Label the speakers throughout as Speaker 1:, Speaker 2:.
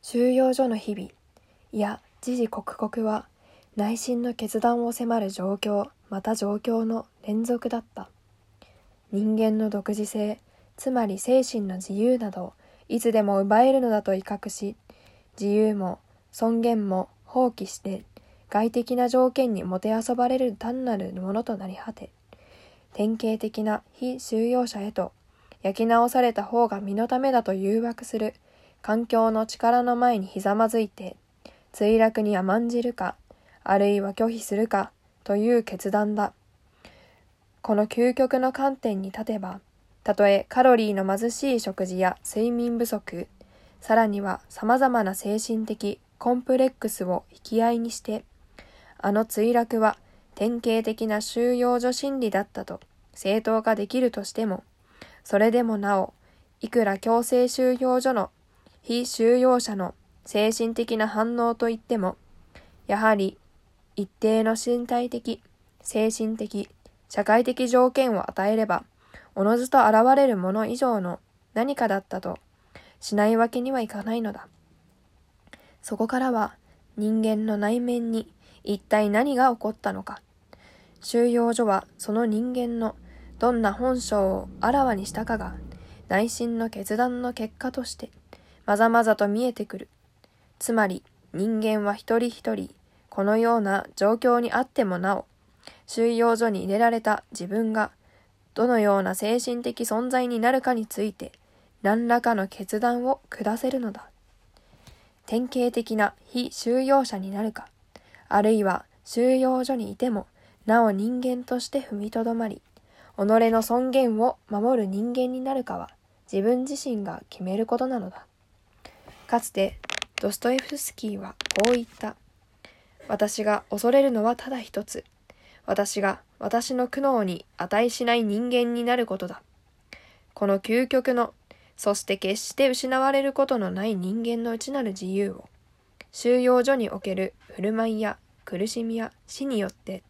Speaker 1: 収容所の日々、いや時々刻々は内心の決断を迫る状況また状況の連続だった。人間の独自性、つまり精神の自由などをいつでも奪えるのだと威嚇し、自由も尊厳も放棄して外的な条件にもてあそばれる単なるものとなり果て、典型的な非収容者へと焼き直された方が身のためだと誘惑する環境の力の前にひざまずいて、墜落に甘んじるか、あるいは拒否するかという決断だ。この究極の観点に立てば、たとえカロリーの貧しい食事や睡眠不足、さらには様々な精神的コンプレックスを引き合いにして、あの墜落は典型的な収容所心理だったと正当化できるとしても、それでもなお、いくら強制収容所の非収容者の精神的な反応といっても、やはり一定の身体的、精神的、社会的条件を与えれば、おのずと現れるもの以上の何かだったとしないわけにはいかないのだ。そこからは人間の内面に一体何が起こったのか。収容所はその人間のどんな本性をあらわにしたかが内心の決断の結果としてまざまざと見えてくる。つまり人間は一人一人このような状況にあってもなお、収容所に入れられた自分がどのような精神的存在になるかについて何らかの決断を下せるのだ。典型的な非収容者になるか、あるいは収容所にいてもなお人間として踏みとどまり、己の尊厳を守る人間になるかは自分自身が決めることなのだ。かつてドストエフスキーはこう言った。私が恐れるのはただ一つ。私が私の苦悩に値しない人間になることだ。この究極の、そして決して失われることのない人間の内なる自由を、収容所における振る舞いや苦しみや死によって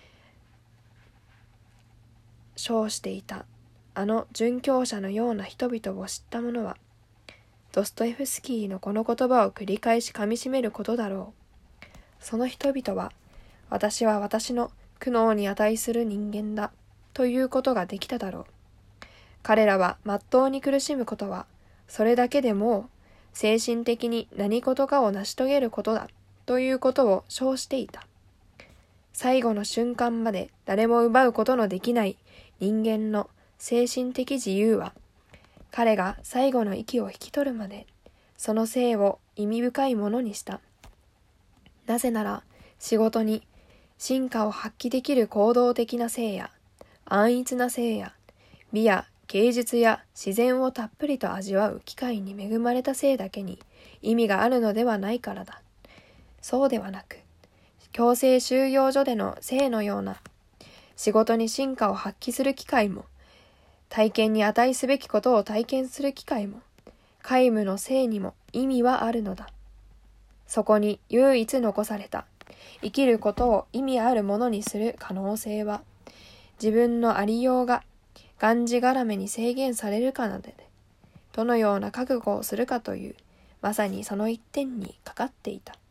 Speaker 1: 称していたあの殉教者のような人々を知った者は、ドストエフスキーのこの言葉を繰り返し噛みしめることだろう。その人々は、私は私の苦悩に値する人間だということができただろう。彼らは真っ当に苦しむことは、それだけでも精神的に何事かを成し遂げることだということを称していた。最後の瞬間まで誰も奪うことのできない人間の精神的自由は、彼が最後の息を引き取るまで、その生を意味深いものにした。なぜなら、仕事に真価を発揮できる行動的な生や、安逸な生や、美や芸術や自然をたっぷりと味わう機会に恵まれた生だけに意味があるのではないからだ。そうではなく、強制収容所での生のような、仕事に真価を発揮する機会も、体験に値すべきことを体験する機会も、皆無の生にも意味はあるのだ。そこに唯一残された、生きることを意味あるものにする可能性は、自分のありようががんじがらめに制限されるかなどで、どのような覚悟をするかという、まさにその一点にかかっていた。